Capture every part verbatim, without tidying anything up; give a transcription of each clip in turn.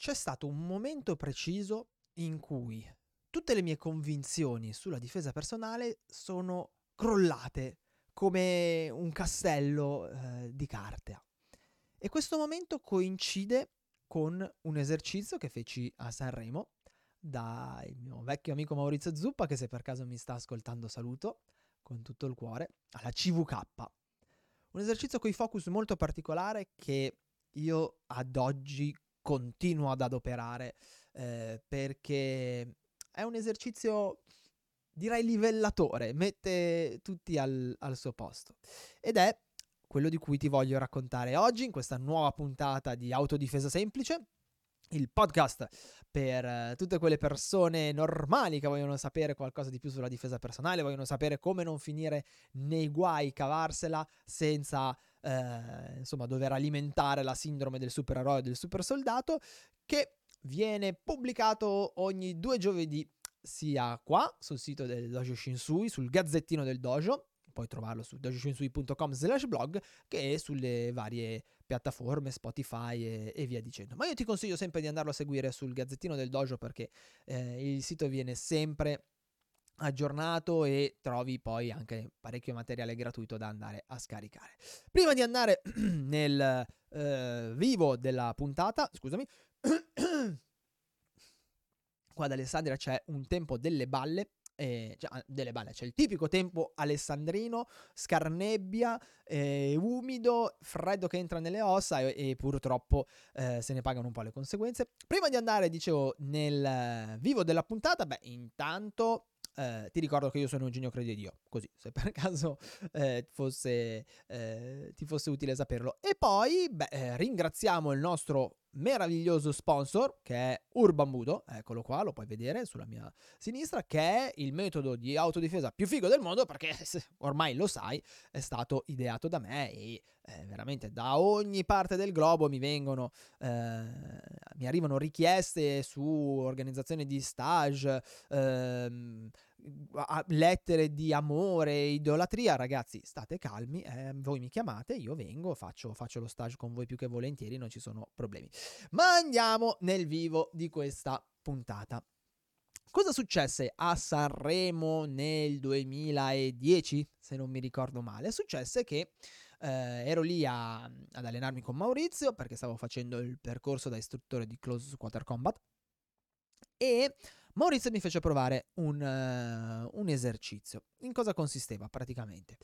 c'è stato un momento preciso in cui tutte le mie convinzioni sulla difesa personale sono crollate come un castello eh, di carta. E questo momento coincide con un esercizio che feci a Sanremo dal mio vecchio amico Maurizio Zuppa, che se per caso mi sta ascoltando saluto con tutto il cuore, alla C V K. Un esercizio con focus molto particolare che io ad oggi continuo ad adoperare eh, perché è un esercizio, direi, livellatore, mette tutti al, al suo posto. Ed è quello di cui ti voglio raccontare oggi in questa nuova puntata di Autodifesa Semplice, il podcast per uh, tutte quelle persone normali che vogliono sapere qualcosa di più sulla difesa personale, vogliono sapere come non finire nei guai, cavarsela senza uh, insomma dover alimentare la sindrome del supereroe e del super soldato, che viene pubblicato ogni due giovedì sia qua sul sito del Dojo Shinsui, sul gazzettino del dojo, puoi trovarlo su dojoshinsui punto com slash blog, che sulle varie piattaforme, Spotify e, e via dicendo. Ma io ti consiglio sempre di andarlo a seguire sul gazzettino del dojo, perché eh, il sito viene sempre aggiornato e trovi poi anche parecchio materiale gratuito da andare a scaricare. Prima di andare nel eh, vivo della puntata, scusami, qua da Alessandria c'è un tempo delle balle. Eh, cioè, delle balle, c'è il tipico tempo alessandrino, scarnebbia, eh, umido, freddo che entra nelle ossa e, e purtroppo eh, se ne pagano un po' le conseguenze. Prima di andare, dicevo, nel vivo della puntata, beh, intanto eh, ti ricordo che io sono Eugenio Credi Dio, così se per caso eh, fosse, eh, ti fosse utile saperlo. E poi beh, eh, ringraziamo il nostro meraviglioso sponsor, che è Urban Budo, eccolo qua, lo puoi vedere sulla mia sinistra, che è il metodo di autodifesa più figo del mondo, perché ormai lo sai, è stato ideato da me e eh, veramente da ogni parte del globo mi vengono eh, mi arrivano richieste su organizzazione di stage, ehm, lettere di amore, idolatria. Ragazzi, state calmi, eh, voi mi chiamate, io vengo, faccio, faccio lo stage con voi più che volentieri, non ci sono problemi. Ma andiamo nel vivo di questa puntata. Cosa successe a Sanremo nel duemiladieci, se non mi ricordo male? Successe che eh, ero lì a, ad allenarmi con Maurizio, perché stavo facendo il percorso da istruttore di Close Quarter Combat, e Maurizio mi fece provare un, uh, un esercizio. In cosa consisteva praticamente?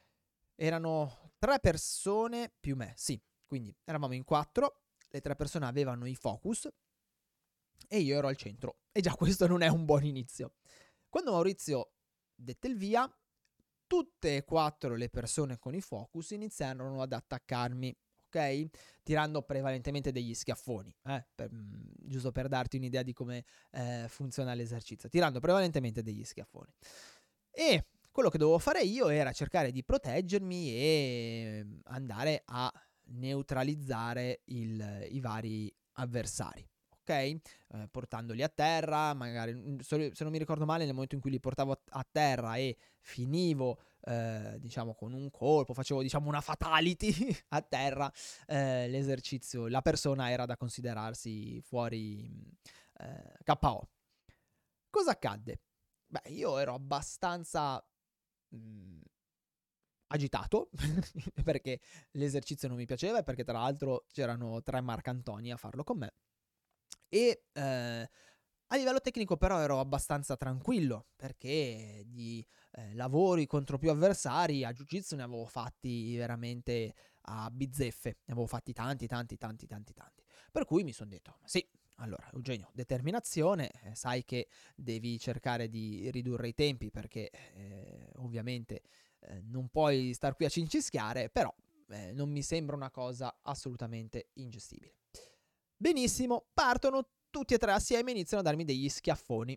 Erano tre persone più me, sì, quindi eravamo in quattro, le tre persone avevano i focus e io ero al centro. E già questo non è un buon inizio. Quando Maurizio dette il via, tutte e quattro le persone con i focus iniziarono ad attaccarmi, ok? Tirando prevalentemente degli schiaffoni, eh? per, giusto per darti un'idea di come eh, funziona l'esercizio. Tirando prevalentemente degli schiaffoni. E quello che dovevo fare io era cercare di proteggermi e andare a neutralizzare il, i vari avversari. Ok? Eh, portandoli a terra, magari, se non mi ricordo male, nel momento in cui li portavo a terra e finivo, eh, diciamo, con un colpo, facevo, diciamo, una fatality a terra, eh, l'esercizio, la persona era da considerarsi fuori eh, K O. Cosa accadde? Beh, io ero abbastanza mh, agitato perché l'esercizio non mi piaceva e perché tra l'altro c'erano tre Marcantoni a farlo con me. E eh, a livello tecnico però ero abbastanza tranquillo, perché di eh, lavori contro più avversari a Jiu-Jitsu ne avevo fatti veramente a bizzeffe, ne avevo fatti tanti, tanti, tanti, tanti, tanti. Per cui mi sono detto, ma sì, allora Eugenio, determinazione, eh, sai che devi cercare di ridurre i tempi, perché eh, ovviamente eh, non puoi star qui a cincischiare, però eh, non mi sembra una cosa assolutamente ingestibile. Benissimo, partono tutti e tre assieme e iniziano a darmi degli schiaffoni.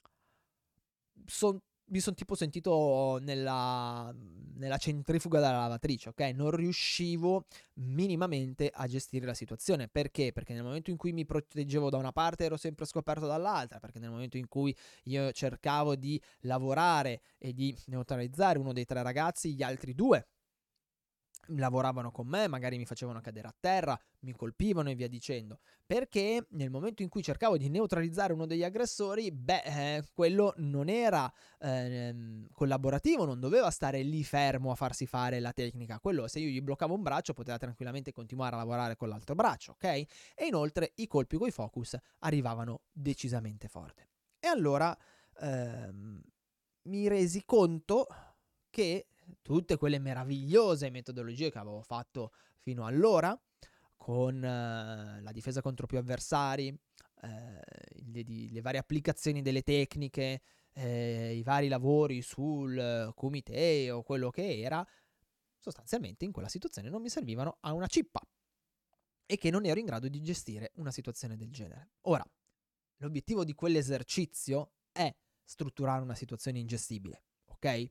Son, mi sono tipo sentito nella, nella centrifuga della lavatrice, ok? Non riuscivo minimamente a gestire la situazione. Perché? Perché nel momento in cui mi proteggevo da una parte ero sempre scoperto dall'altra, perché nel momento in cui io cercavo di lavorare e di neutralizzare uno dei tre ragazzi, gli altri due lavoravano con me, magari mi facevano cadere a terra, mi colpivano e via dicendo, perché nel momento in cui cercavo di neutralizzare uno degli aggressori, beh, eh, quello non era eh, collaborativo, non doveva stare lì fermo a farsi fare la tecnica, quello se io gli bloccavo un braccio poteva tranquillamente continuare a lavorare con l'altro braccio, ok? E inoltre i colpi coi focus arrivavano decisamente forte. E allora ehm, mi resi conto che tutte quelle meravigliose metodologie che avevo fatto fino allora, con eh, la difesa contro più avversari, eh, le, di, le varie applicazioni delle tecniche, eh, i vari lavori sul kumite o quello che era, sostanzialmente in quella situazione non mi servivano a una cippa e che non ero in grado di gestire una situazione del genere. Ora, l'obiettivo di quell'esercizio è strutturare una situazione ingestibile, ok?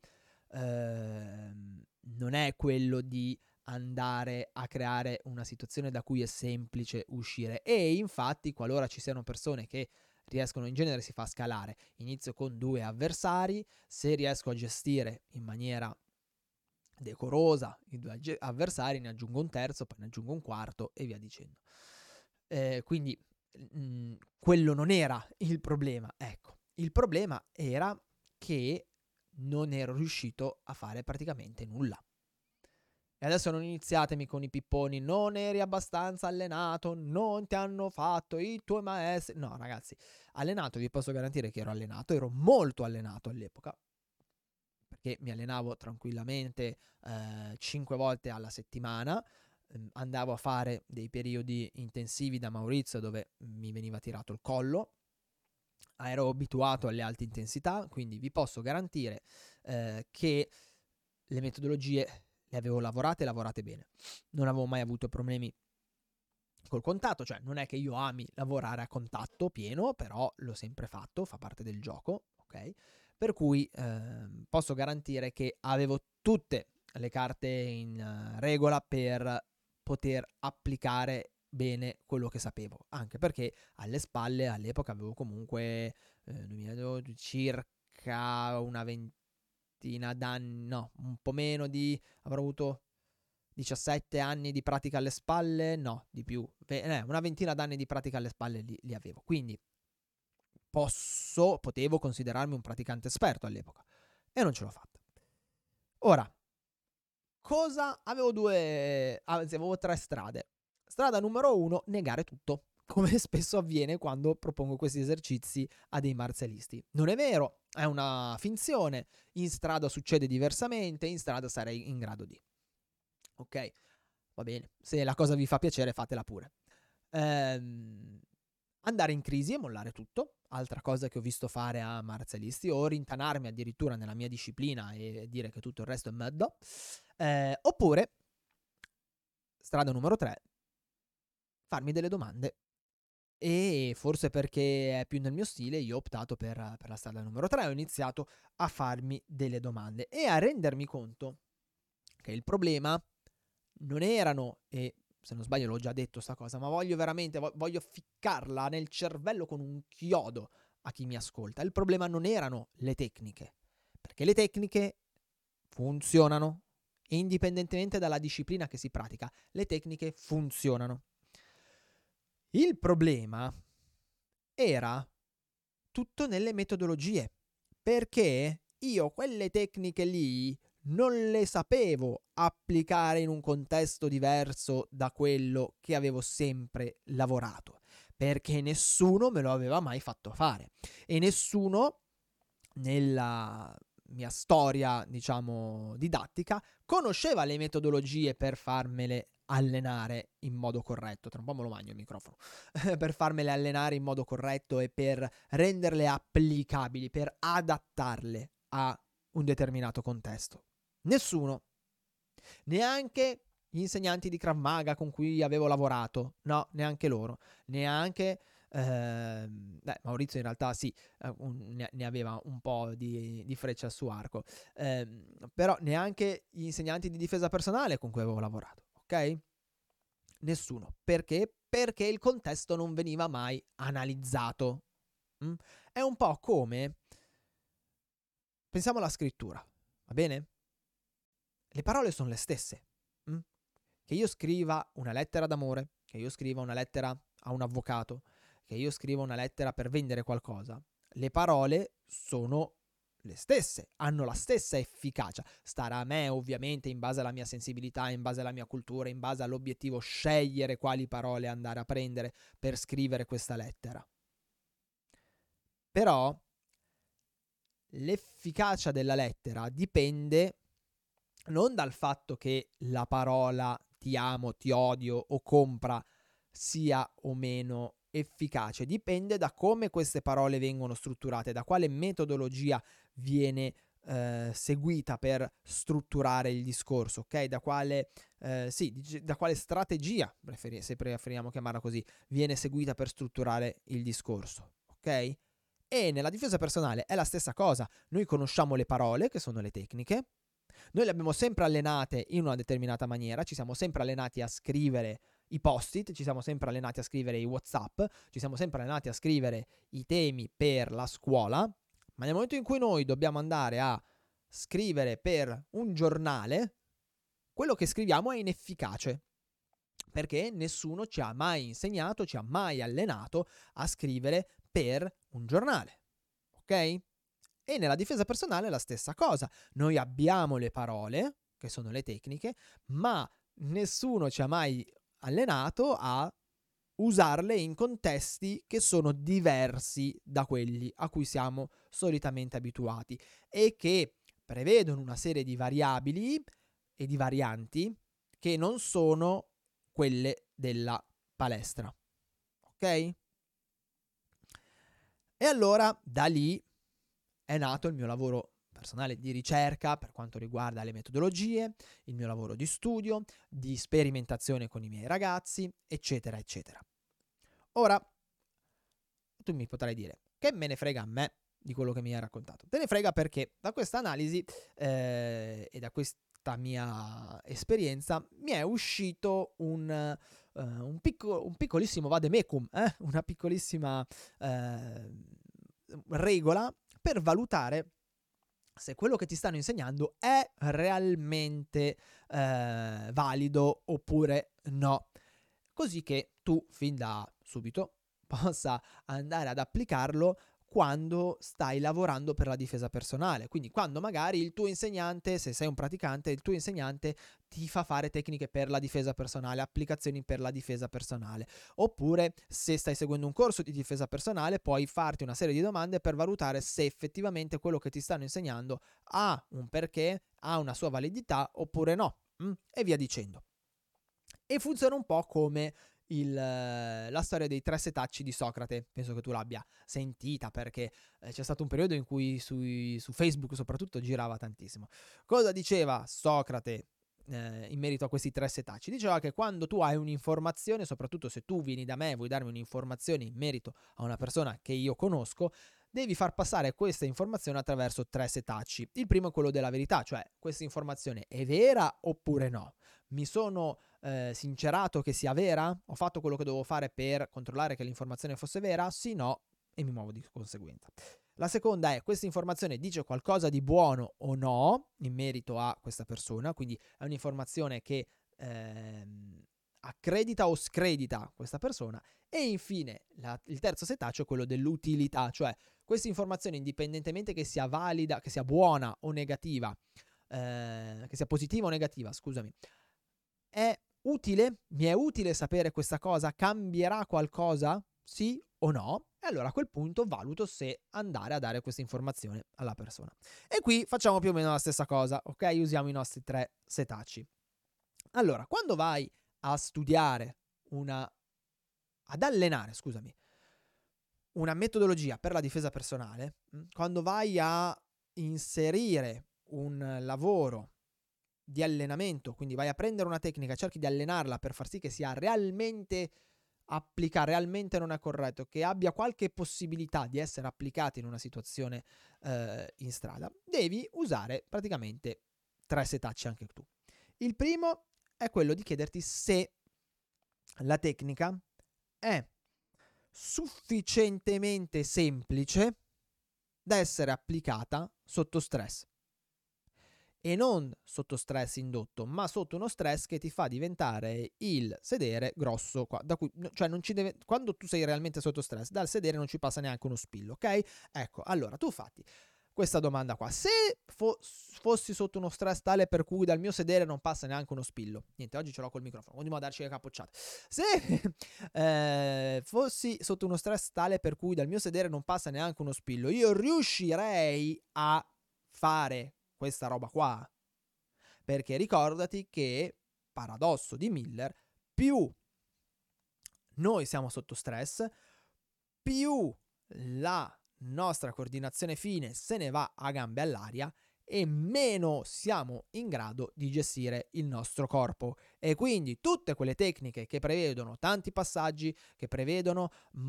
Ehm, non è quello di andare a creare una situazione da cui è semplice uscire, e infatti qualora ci siano persone che riescono, in genere si fa scalare, inizio con due avversari, se riesco a gestire in maniera decorosa i due avversari ne aggiungo un terzo, poi ne aggiungo un quarto e via dicendo. Eh, quindi mh, quello non era il problema, ecco, il problema era che non ero riuscito a fare praticamente nulla. E adesso non iniziatemi con i pipponi, non eri abbastanza allenato, non ti hanno fatto i tuoi maestri. No, ragazzi, allenato vi posso garantire che ero allenato, ero molto allenato all'epoca, perché mi allenavo tranquillamente eh, cinque volte alla settimana, ehm, andavo a fare dei periodi intensivi da Maurizio dove mi veniva tirato il collo, ero abituato alle alte intensità, quindi vi posso garantire eh, che le metodologie le avevo lavorate e lavorate bene. Non avevo mai avuto problemi col contatto, cioè non è che io ami lavorare a contatto pieno, però l'ho sempre fatto, fa parte del gioco, ok? Per cui eh, posso garantire che avevo tutte le carte in uh, regola per poter applicare bene quello che sapevo, anche perché alle spalle all'epoca avevo comunque eh, circa una ventina d'anni, no, un po' meno di, avrò avuto diciassette anni di pratica alle spalle, no, di più, eh, una ventina d'anni di pratica alle spalle li, li avevo, quindi posso, potevo considerarmi un praticante esperto all'epoca e non ce l'ho fatta. Ora, cosa avevo due, anzi avevo tre strade. Strada numero uno, negare tutto, come spesso avviene quando propongo questi esercizi a dei marzialisti. Non è vero, è una finzione, in strada succede diversamente, in strada sarei in grado di. Ok, va bene, se la cosa vi fa piacere fatela pure. Ehm, andare in crisi e mollare tutto, altra cosa che ho visto fare a marzialisti, o rintanarmi addirittura nella mia disciplina e dire che tutto il resto è merda. Eh, oppure, strada numero tre, farmi delle domande. E forse perché è più nel mio stile, io ho optato per, per la strada numero tre, ho iniziato a farmi delle domande e a rendermi conto che il problema non erano, e se non sbaglio l'ho già detto sta cosa, ma voglio veramente, voglio ficcarla nel cervello con un chiodo a chi mi ascolta. Il problema non erano le tecniche, perché le tecniche funzionano, indipendentemente dalla disciplina che si pratica, le tecniche funzionano. Il problema era tutto nelle metodologie, perché io quelle tecniche lì non le sapevo applicare in un contesto diverso da quello che avevo sempre lavorato, perché nessuno me lo aveva mai fatto fare e nessuno nella mia storia, diciamo, didattica conosceva le metodologie per farmele allenare in modo corretto. Tra un po' me lo magno il microfono. Per farmele allenare in modo corretto e per renderle applicabili, per adattarle a un determinato contesto. Nessuno. Neanche gli insegnanti di Krav Maga con cui avevo lavorato. No, neanche loro. Neanche eh, beh, Maurizio in realtà sì, eh, un, ne, ne aveva un po' di, di freccia al suo arco, eh, però neanche gli insegnanti di difesa personale con cui avevo lavorato, ok? Nessuno. Perché? Perché il contesto non veniva mai analizzato. Mm? È un po' come, pensiamo alla scrittura, va bene? Le parole sono le stesse. Mm? che io scriva una lettera d'amore, che io scriva una lettera a un avvocato, che io scriva una lettera per vendere qualcosa, le parole sono le stesse, hanno la stessa efficacia. Starà a me, ovviamente, in base alla mia sensibilità, in base alla mia cultura, in base all'obiettivo, scegliere quali parole andare a prendere per scrivere questa lettera. Però l'efficacia della lettera dipende non dal fatto che la parola ti amo, ti odio o compra sia o meno efficace, dipende da come queste parole vengono strutturate, da quale metodologia viene eh, seguita per strutturare il discorso, ok? Da quale, eh, sì, da quale strategia, preferi- se preferiamo chiamarla così, viene seguita per strutturare il discorso, ok? E nella difesa personale è la stessa cosa. Noi conosciamo le parole, che sono le tecniche, noi le abbiamo sempre allenate in una determinata maniera, ci siamo sempre allenati a scrivere i post-it, ci siamo sempre allenati a scrivere i WhatsApp, ci siamo sempre allenati a scrivere i temi per la scuola, ma nel momento in cui noi dobbiamo andare a scrivere per un giornale, quello che scriviamo è inefficace, perché nessuno ci ha mai insegnato, ci ha mai allenato a scrivere per un giornale, ok? E nella difesa personale è la stessa cosa. Noi abbiamo le parole, che sono le tecniche, ma nessuno ci ha mai allenato a usarle in contesti che sono diversi da quelli a cui siamo solitamente abituati e che prevedono una serie di variabili e di varianti che non sono quelle della palestra. Ok? E allora da lì è nato il mio lavoro personale di ricerca per quanto riguarda le metodologie, il mio lavoro di studio, di sperimentazione con i miei ragazzi, eccetera, eccetera. Ora, tu mi potrai dire, che me ne frega a me di quello che mi hai raccontato? Te ne frega perché da questa analisi eh, e da questa mia esperienza mi è uscito un, uh, un, picco, un piccolissimo vademecum, eh? una piccolissima eh, regola per valutare se quello che ti stanno insegnando è realmente eh, valido oppure no, così che tu fin da subito possa andare ad applicarlo quando stai lavorando per la difesa personale. Quindi quando magari il tuo insegnante, se sei un praticante, il tuo insegnante ti fa fare tecniche per la difesa personale, applicazioni per la difesa personale. Oppure se stai seguendo un corso di difesa personale, puoi farti una serie di domande per valutare se effettivamente quello che ti stanno insegnando ha un perché, ha una sua validità oppure no. Mm? E via dicendo. E funziona un po' come il, la storia dei tre setacci di Socrate. Penso che tu l'abbia sentita perché eh, c'è stato un periodo in cui sui, su Facebook soprattutto girava tantissimo. Cosa diceva Socrate eh, in merito a questi tre setacci? Diceva che quando tu hai un'informazione, soprattutto se tu vieni da me e vuoi darmi un'informazione in merito a una persona che io conosco, devi far passare questa informazione attraverso tre setacci. Il primo è quello della verità, cioè questa informazione è vera oppure no? Mi sono eh, sincerato che sia vera? Ho fatto quello che dovevo fare per controllare che l'informazione fosse vera? Sì, no, e mi muovo di conseguenza. La seconda è, questa informazione dice qualcosa di buono o no in merito a questa persona, quindi è un'informazione che ehm, accredita o scredita questa persona. E infine la, il terzo setaccio è quello dell'utilità, cioè questa informazione, indipendentemente che sia valida, che sia buona o negativa, eh, che sia positiva o negativa, scusami, è utile? Mi è utile sapere questa cosa? Cambierà qualcosa? Sì o no? E allora a quel punto valuto se andare a dare questa informazione alla persona. E qui facciamo più o meno la stessa cosa, ok? Usiamo i nostri tre setacci. Allora, quando vai a studiare una... ad allenare, scusami, una metodologia per la difesa personale, quando vai a inserire un lavoro di allenamento, quindi vai a prendere una tecnica, cerchi di allenarla per far sì che sia realmente applicata, realmente non è corretto, che abbia qualche possibilità di essere applicata in una situazione eh, in strada, devi usare praticamente tre setacci anche tu. Il primo è quello di chiederti se la tecnica è sufficientemente semplice da essere applicata sotto stress. e non sotto stress indotto, ma sotto uno stress che ti fa diventare il sedere grosso, qua, da cui, cioè non ci deve, quando tu sei realmente sotto stress, dal sedere non ci passa neanche uno spillo, ok? Ecco, allora tu fatti questa domanda qua: se fo- fossi sotto uno stress tale per cui dal mio sedere non passa neanche uno spillo, niente, oggi ce l'ho col microfono, continuiamo a darci le capocciate. Se eh, fossi sotto uno stress tale per cui dal mio sedere non passa neanche uno spillo, io riuscirei a fare questa roba qua, perché ricordati che, paradosso di Miller, più noi siamo sotto stress, più la nostra coordinazione fine se ne va a gambe all'aria e meno siamo in grado di gestire il nostro corpo. E quindi tutte quelle tecniche che prevedono tanti passaggi, che prevedono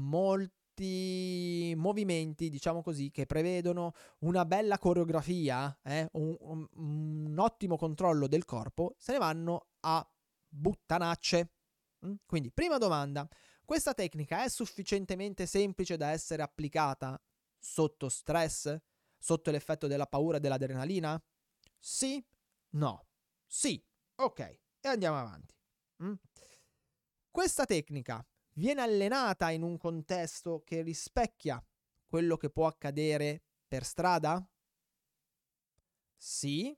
molti movimenti, diciamo così, che prevedono una bella coreografia, eh, un, un, un ottimo controllo del corpo, se ne vanno a buttanacce. Quindi, prima domanda: questa tecnica è sufficientemente semplice da essere applicata sotto stress? Sotto l'effetto della paura e dell'adrenalina? Sì? No? Sì? Ok, e andiamo avanti. Mm? Questa tecnica viene allenata in un contesto che rispecchia quello che può accadere per strada? Sì?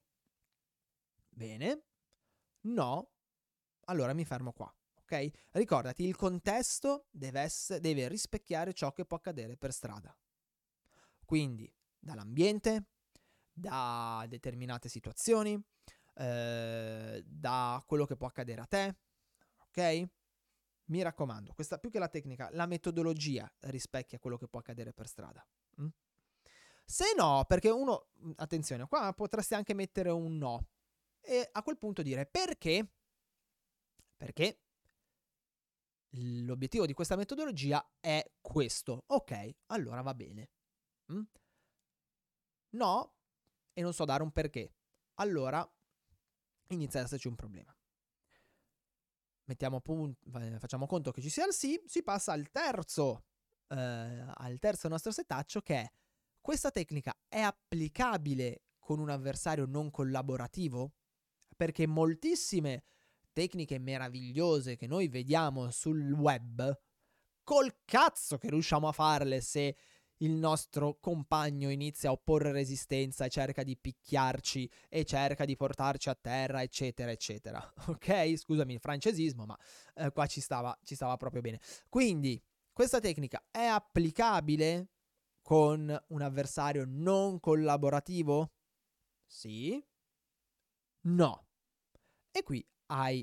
Bene? No? Allora mi fermo qua. Ok? Ricordati, il contesto deve, essere, deve rispecchiare ciò che può accadere per strada. Quindi dall'ambiente, da determinate situazioni, eh, da quello che può accadere a te, ok? Mi raccomando, questa più che la tecnica, la metodologia rispecchia quello che può accadere per strada. Mm? Se no, perché uno, attenzione, qua potresti anche mettere un no e a quel punto dire perché? Perché l'obiettivo di questa metodologia è questo. Ok, allora va bene. Mm? No, e non so dare un perché. Allora inizia ad esserci un problema. Mettiamo punto, facciamo conto che ci sia il sì, si passa al terzo, eh, al terzo nostro setaccio, che è: questa tecnica è applicabile con un avversario non collaborativo? Perché moltissime tecniche meravigliose che noi vediamo sul web, col cazzo che riusciamo a farle se il nostro compagno inizia a opporre resistenza e cerca di picchiarci e cerca di portarci a terra, eccetera, eccetera. Ok? Scusami il francesismo, ma eh, qua ci stava, ci stava proprio bene. Quindi, questa tecnica è applicabile con un avversario non collaborativo? Sì? No. E qui hai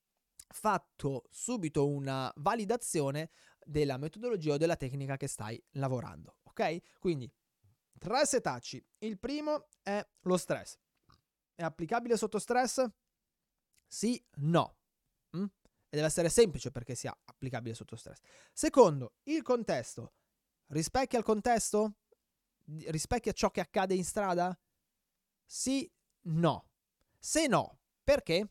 fatto subito una validazione della metodologia o della tecnica che stai lavorando, ok? Quindi tre setacci. Il primo è lo stress. È applicabile sotto stress? Sì, no. Mm? E deve essere semplice perché sia applicabile sotto stress. Secondo, il contesto. Rispecchia il contesto? Rispecchia ciò che accade in strada? Sì, no. Se no, perché?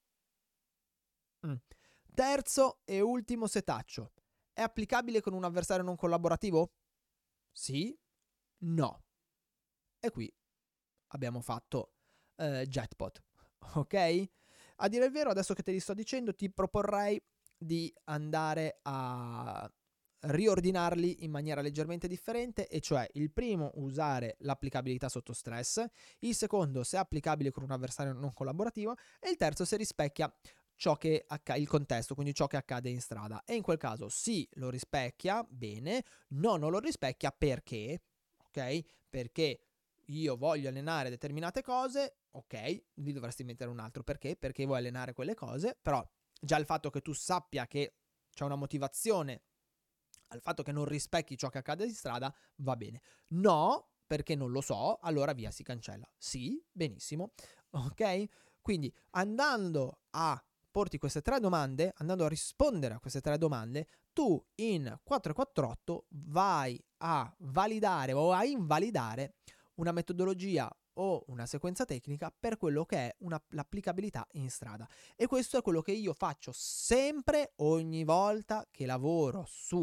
Mm. Terzo e ultimo setaccio. È applicabile con un avversario non collaborativo? Sì, no. E qui abbiamo fatto eh, jackpot, ok? A dire il vero, adesso che te li sto dicendo, ti proporrei di andare a riordinarli in maniera leggermente differente, e cioè il primo usare l'applicabilità sotto stress, il secondo se è applicabile con un avversario non collaborativo e il terzo se rispecchia ciò che accade, il contesto, quindi ciò che accade in strada. E in quel caso sì, lo rispecchia, bene, no, non lo rispecchia perché, ok? Perché io voglio allenare determinate cose, ok, lì dovresti mettere un altro perché, perché vuoi allenare quelle cose, però già il fatto che tu sappia che c'è una motivazione al fatto che non rispecchi ciò che accade in strada va bene. No, perché non lo so, allora via, si cancella. Sì, benissimo, ok? Quindi andando a porti queste tre domande, andando a rispondere a queste tre domande, tu in quattro quattro otto vai a validare o a invalidare una metodologia o una sequenza tecnica per quello che è una, l'applicabilità in strada. E questo è quello che io faccio sempre, ogni volta che lavoro su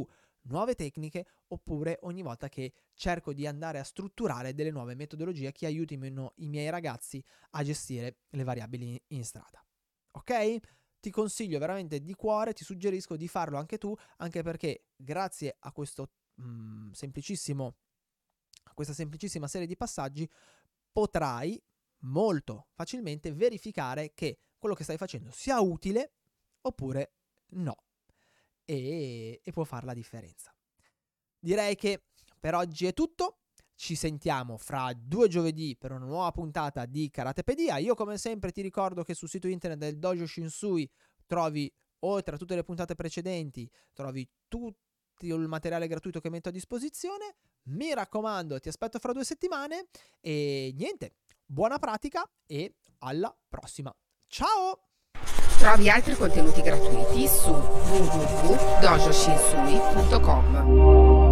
nuove tecniche, oppure ogni volta che cerco di andare a strutturare delle nuove metodologie che aiutino i miei ragazzi a gestire le variabili in strada. Ok? Ti consiglio veramente di cuore, ti suggerisco di farlo anche tu, anche perché grazie a questo mh, semplicissimo a questa semplicissima serie di passaggi potrai molto facilmente verificare che quello che stai facendo sia utile oppure no, e, e può fare la differenza. Direi che per oggi è tutto. Ci sentiamo fra due giovedì per una nuova puntata di Karatepedia. Io come sempre ti ricordo che sul sito internet del Dojo Shinsui trovi, oltre a tutte le puntate precedenti, trovi tutto il materiale gratuito che metto a disposizione. Mi raccomando, ti aspetto fra due settimane e niente, buona pratica e alla prossima. Ciao! Trovi altri contenuti gratuiti su w w w punto dojo shinsui punto com.